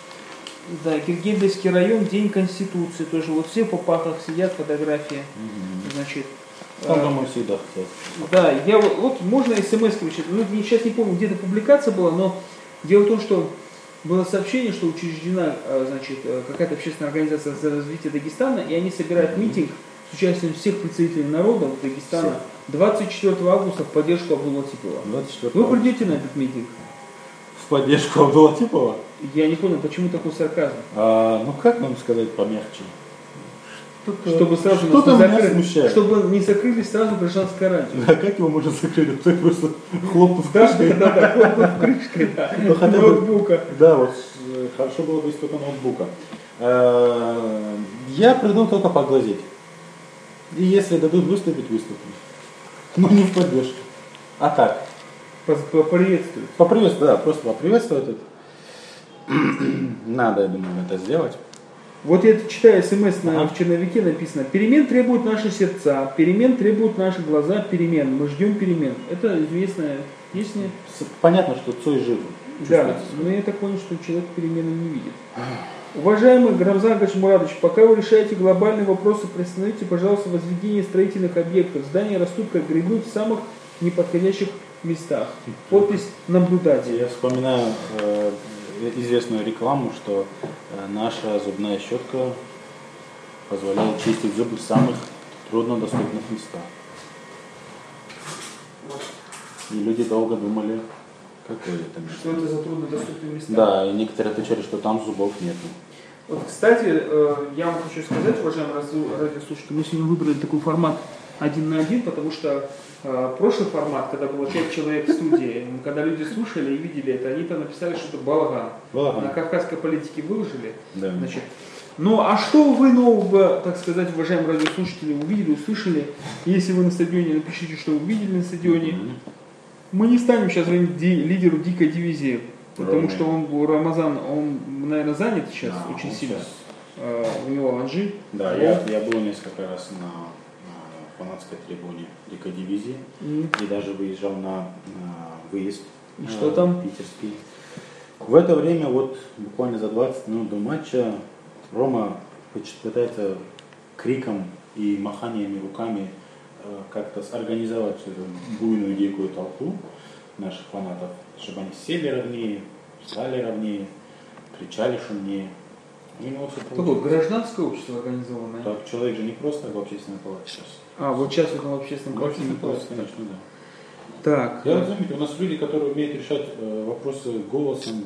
Да, Гергельдовский район, День Конституции тоже. Вот все по пахах сидят, фотографии. Угу. Значит. Там, а, мы всегда хотят. Да, я вот, вот можно смс-ки вычитать. Ну, сейчас не помню, где-то публикация была, но дело в том, что было сообщение, что учреждена, значит, какая-то общественная организация за развитие Дагестана, и они собирают митинг с участием всех представителей народов Дагестана двадцать четвёртого августа в поддержку Абдул-Латипова. Вы придете на этот митинг? В поддержку Абдул-Латипова? Я не понял, почему такой сарказм? А, ну как вам сказать помягче? Что-то, чтобы сразу что-то нас не закрыли, смущает. Чтобы не закрыли сразу гражданское радио. А как его можно закрыть? Вот так просто хлопнув крышкой. Да, да, хлопнув крышкой, да. Ноутбука. Да, вот хорошо было бы, если только ноутбука. Я приду только поглазеть. И если дадут выступить, выступлю. Но не в поддержку. А так. Поприветствовать. Поприветствовать, да, просто поприветствовать. Надо, я думаю, это сделать. Вот я читаю смс на, Ага. в черновике написано: перемен требуют наши сердца, перемен требуют наши глаза, перемен. Мы ждем перемен. Это известная песня. С- Понятно, что Цой жив. Да, Чувствуется. но я так понял, что человек перемены не видит. Уважаемый Грамзан Гачмурадович, пока вы решаете глобальные вопросы, приостановите, пожалуйста, возведение строительных объектов. Здания растут как грибы в самых неподходящих местах. Подпись наблюдатель. Я вспоминаю э, известную рекламу, что э, наша зубная щетка позволяет чистить зубы в самых труднодоступных местах. И люди долго думали, какое это место. Что это за труднодоступные места? Да, и некоторые отвечали, что там зубов нету. Вот, кстати, э, я вам хочу сказать, уважаемые ради- радиослушатели, мы сегодня выбрали такой формат один на один, потому что э, прошлый формат, когда было пять человек в студии, когда люди слушали и видели это, они там написали, что это балаган. Балаган. На кавказской политике выложили. Да. Значит, ну а что вы нового, так сказать, уважаемые радиослушатели, увидели, услышали? Если вы на стадионе, напишите, что вы увидели на стадионе. Мгм. Мы не станем сейчас звонить ди- лидеру дикой дивизии, потому Ровно. что он, Рамазан, он, наверное, занят сейчас Да, очень он сильно. сейчас. Э, у него Анжи. Да, Вот. я, я был несколько раз на, на фанатской трибуне Дикой дивизии М. и даже выезжал на, на выезд И что там? питерский. В это время, вот буквально за двадцать минут до матча, Рома поч- пытается криком и маханиями руками э, как-то организовать эту буйную дикую толпу наших фанатов, чтобы они сели ровнее, встали ровнее, кричали шумнее. И у него все Какое получилось. гражданское общество организованное? Так, человек же не просто в общественной палате сейчас. А, вот сейчас вот на общественном В палате общественной не палате, просто. конечно, да. Так, Я вот заметил, у нас люди, которые умеют решать э, вопросы голосом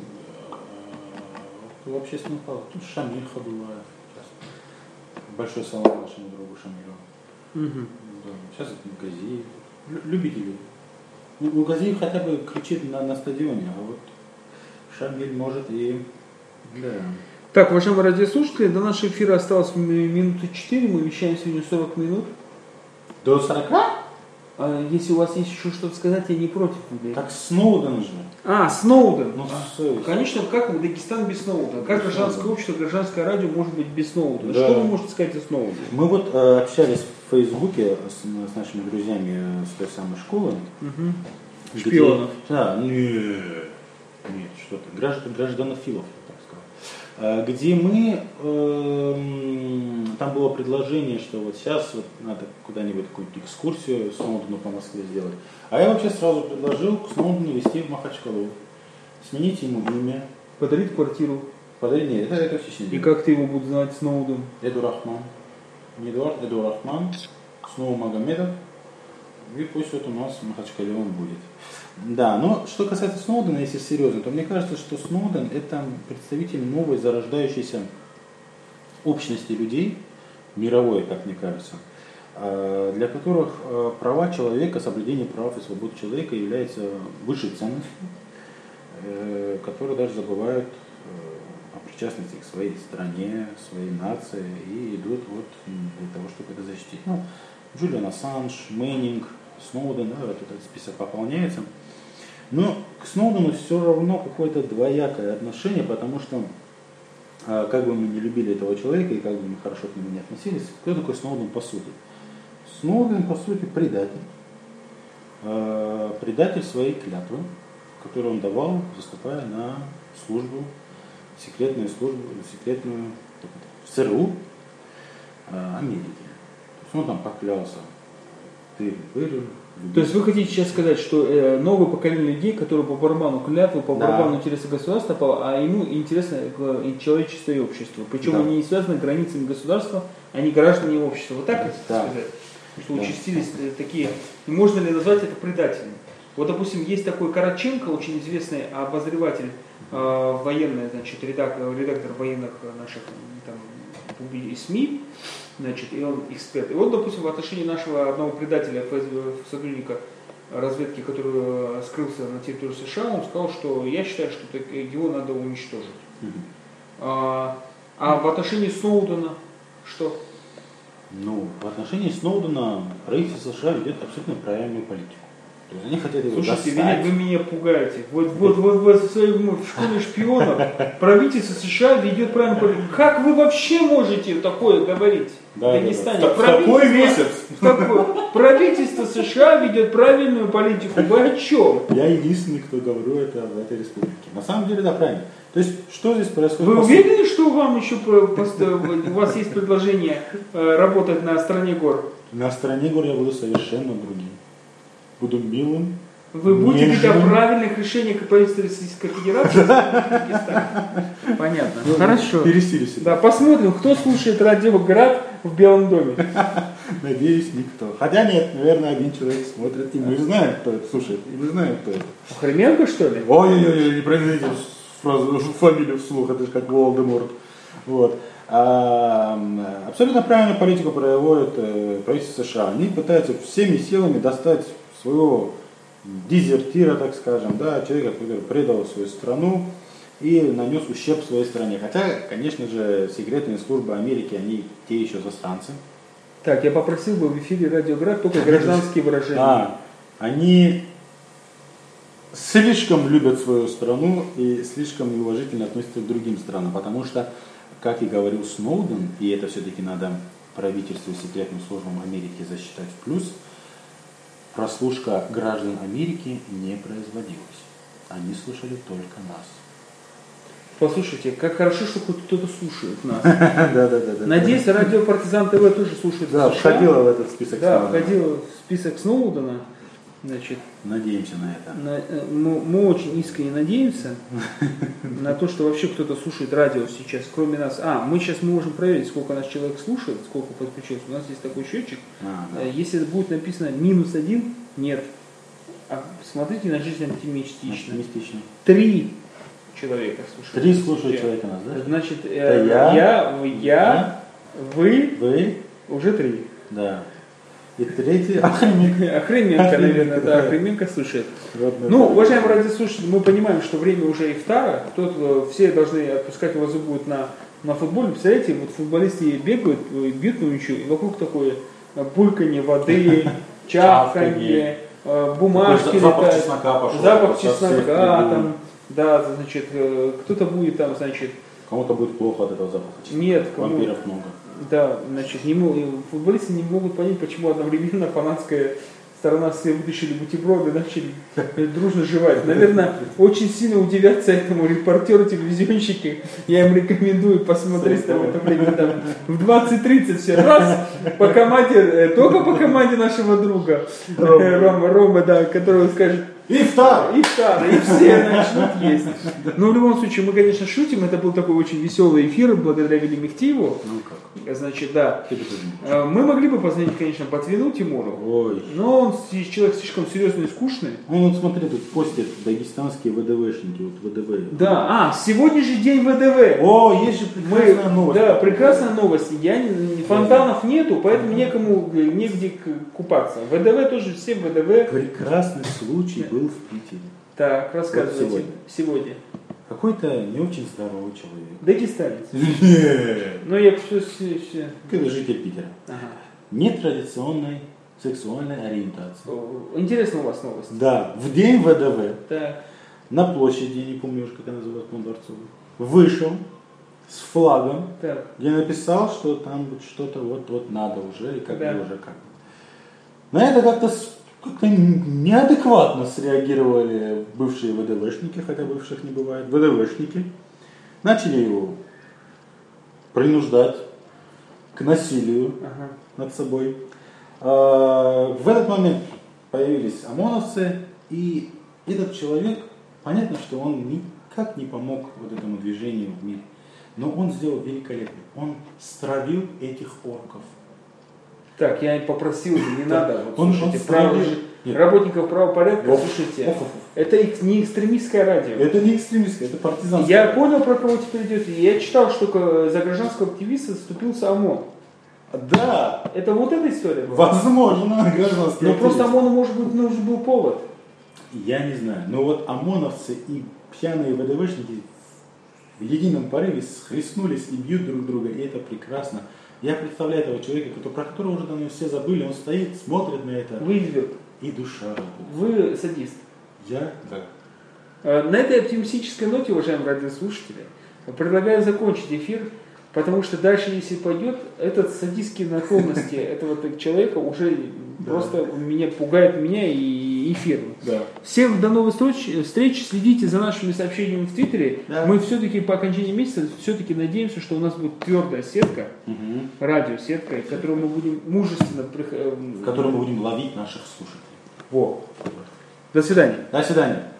э, в общественной палате. Тут Шамильха бывает часто. Большой салам нашему другу Шамилю. мгм. Да. Сейчас это Газиев. Лю- Любители. Ну, ну, Газиев хотя бы кричит на, на стадионе, а вот Шамиль может и... Да. Так, уважаемые радиослушатели, до нашего эфира осталось м- минуты четыре, мы вещаем сегодня сорок минут. До сорока? А если у вас есть еще что-то сказать, я не против. Андрей. Так Сноуден же. А, Сноуден. Ну, А, совесть. Конечно, как мы, Дагестан без Сноудена? Как Без гражданское Сноудена. общество, гражданское радио может быть без Сноудена? Да. Что вы можете сказать о Сноудене? Мы вот э, общались в Фейсбуке с, с нашими друзьями э, с той самой школы. Мгм. где- Шпионов. Да, нет, нет, что ты, граждан, гражданофилов, я так сказал. Э, Где мы, эм, там было предложение, что вот сейчас вот надо куда-нибудь какую-то экскурсию Сноудену по Москве сделать. А я вообще сразу предложил к Сноудену везти в Махачкалу. Сменить ему имя. Подарить квартиру. Подарить, нет, это, это все И как ты его будешь звать, Сноуден? Эду Рахман. Не Эдуард, Эду Рахман. Снова Магомедов. И пусть вот у нас в Махачкале он будет. Да, но что касается Сноудена, если серьезно, то мне кажется, что Сноуден это представитель новой зарождающейся общности людей, мировой, как мне кажется, э, для которых э, права человека, соблюдение прав и свобод человека является высшей ценностью, э, которые даже забывают э, о причастности к своей стране, своей нации и идут вот м, для того, чтобы это защитить. Ну, Джулиан Ассанж, Мэннинг, Сноуден, да, вот этот список пополняется. Но к Сноудену все равно какое-то двоякое отношение, потому что а, как бы мы не любили этого человека и как бы мы хорошо к нему не относились, кто такой Сноуден по сути? Сноуден по сути предатель. А, предатель своей клятвы, которую он давал, заступая на службу, секретную службу, секретную в ЦРУ а, Америки. То есть он там поклялся. Ты вырыл. То есть вы хотите сейчас сказать, что э, новое поколение людей, которые по барабану клятвы, по Да. барабану интереса государства, по- а ему интересно э, и человечество и общество. Причем Да. они не связаны границами государства, они граждане общества. Вот так хотите Да. сказать? Что Да. участились э, такие, и можно ли назвать это предателем? Вот, допустим, есть такой Караченко, очень известный обозреватель, э, военный, значит, редактор, редактор военных наших там, публи- СМИ, значит, и он эксперт. И вот, допустим, в отношении нашего одного предателя, ФСБ, сотрудника разведки, который скрылся на территории США, он сказал, что я считаю, что так- его надо уничтожить. Мгм. А, а в отношении Сноудена что? Ну, в отношении Сноудена правительство США ведет абсолютно правильную политику. То есть они хотят его Слушайте, достать. вы, вы меня пугаете. Вот, вот, вот, вот в своей в школе шпионов правительство США ведет правильную политику. Как вы вообще можете такое говорить? Да, в Дагестане? да, да. В, в такой месяц. В такой. Правительство США ведет правильную политику. Вы о чем? Я единственный, кто говорю это в этой республике. На самом деле, да, правильно. То есть, что здесь происходит? Вы уверены, что вам еще у вас есть предложение работать на стороне гор? На стороне гор я буду совершенно другим. Буду милым. Вы будете говорить о нежным. правильных решениях правительства Российской Федерации? Понятно. Ну, Хорошо. Пересились. Да, посмотрим, кто слушает радио «Град» в Белом доме. Надеюсь, никто. Хотя нет, наверное, один человек смотрит, и мы знаем, кто это слушает, и мы знаем, кто это. Охременко, что ли? Ой-ой-ой, не произносите фразу, фамилию вслух, это же как Волдеморт. Вот. А, абсолютно правильную политику проводит э, правительство США. Они пытаются всеми силами достать своего дезертира, так скажем, да, человека, который предал свою страну и нанес ущерб своей стране. Хотя, конечно же, секретные службы Америки, они те еще засранцы. Так, я попросил бы в эфире «Радио Град» только гражданские выражения. А, они слишком любят свою страну и слишком неуважительно относятся к другим странам, потому что, как и говорил Сноуден, и это все-таки надо правительству и секретным службам Америки засчитать в плюс, прослушка граждан Америки не производилась. Они слушали только нас. Послушайте, как хорошо, что хоть кто-то слушает нас. Да, да, да. Надеюсь, радио «Партизан ТВ» тоже слушает. Да, входила в этот список. Да, входила в список Сноудена. Значит, надеемся на это. На, мы, мы очень искренне надеемся на то, что вообще кто-то слушает радио сейчас, кроме нас. А, мы сейчас можем проверить, сколько нас человек слушает, сколько подключилось. У нас есть такой счетчик. А, да. Если будет написано минус один, нет. А смотрите на жизнь оптимистично. Оптимистично. Три человека слушают. Три слушают человека нас, да? Значит, э, я, я, я, я, вы, вы, уже три. Да. И третий Охременко. Охременко, наверное, да, Охременко слушает. Ну, уважаемые радиослушатели, мы понимаем, что время уже ифтара. Тут все должны отпускать, его будет на, на футболе. Представляете, вот футболисты бегают, бьют на ничего, и вокруг такое бульканье воды, чавканье, бумажки летают. Запах чеснока там. Да, значит, кто-то будет там, значит... Кому-то будет плохо от этого запаха чеснока. Нет, кому... Вампиров много. Да, значит, не мог, футболисты не могут понять, почему одновременно фанатская сторона все вытащили бутерброды и начали дружно жевать. Наверное, очень сильно удивятся этому репортеры, телевизионщики. Я им рекомендую посмотреть там, это время там, в двадцать тридцать все. Раз, по команде, только по команде нашего друга Рома, Рома, да, который скажет: Ифтар! Ифтар, и все начнут есть. Но в любом случае, мы, конечно, шутим. Это был такой очень веселый эфир, благодаря Вели Мехтиеву. Ну как? Значит, да. Мы могли бы позвонить, конечно, Ботвину Тимуру. Ой. Но он человек слишком серьезный и скучный. Он вот смотри, тут постят дагестанские ВДВшники, вот ВДВ. Да, а, сегодня же день ВДВ. О, есть же прекрасная Мы, новость. Да, прекрасная новость. Я, фонтанов нету, поэтому некому, негде купаться. ВДВ тоже, все ВДВ. Прекрасный случай был в Питере. Так, рассказывайте. Вот сегодня. сегодня. Какой-то не очень здоровый человек. Дагестанец. Нет. Ну, я все... все... Это житель Питера. Ага. Нетрадиционной сексуальной ориентации. Интересно у вас новость. Да, в день ВДВ Так. на площади, я не помню уже, как она называлась, по Дворцовой, вышел с флагом, Так. где написал, что там что-то вот-вот надо уже, и как бы Да. уже как. На это как-то как-то неадекватно среагировали бывшие ВДВшники, хотя бывших не бывает, ВДВшники. Начали его принуждать к насилию Ага. над собой. В этот момент появились ОМОНовцы, и этот человек, понятно, что он никак не помог вот этому движению в мире, но он сделал великолепно. Он стравил этих орков. Так, я попросил, не надо. Вот, Он- слушайте, он право- стравил- Нет. работников правопорядка, Оф, слушайте, оф, оф, оф. это эк- не экстремистское радио. Это не экстремистское, это партизанское. Я понял, про кого теперь идет. Я читал, что к- за гражданского активиста заступился ОМОН. Да, Это вот эта история была? возможно, гражданский Но просто активист. ОМОНу, может быть, нужен был повод. Я не знаю, но вот ОМОНовцы и пьяные ВДВшники в едином порыве схлестнулись и бьют друг друга, и это прекрасно. Я представляю этого человека, который- про которого уже давно все забыли, он стоит, смотрит на это. Выйдет. И душа работает. Вы садист. Я? Да. На этой оптимистической ноте, уважаемые радиослушатели, предлагаю закончить эфир, потому что дальше, если пойдет, этот садистские наклонности этого человека уже да. просто меня пугает меня и эфир. Да. Всем до новых встреч, следите за нашими сообщениями в Твиттере. Да. Мы все-таки по окончании месяца все-таки надеемся, что у нас будет твердая сетка, угу. радиосетка, в которую мы будем мужественно... В которой мы будем ловить наших слушателей. Во. До свидания. До свидания.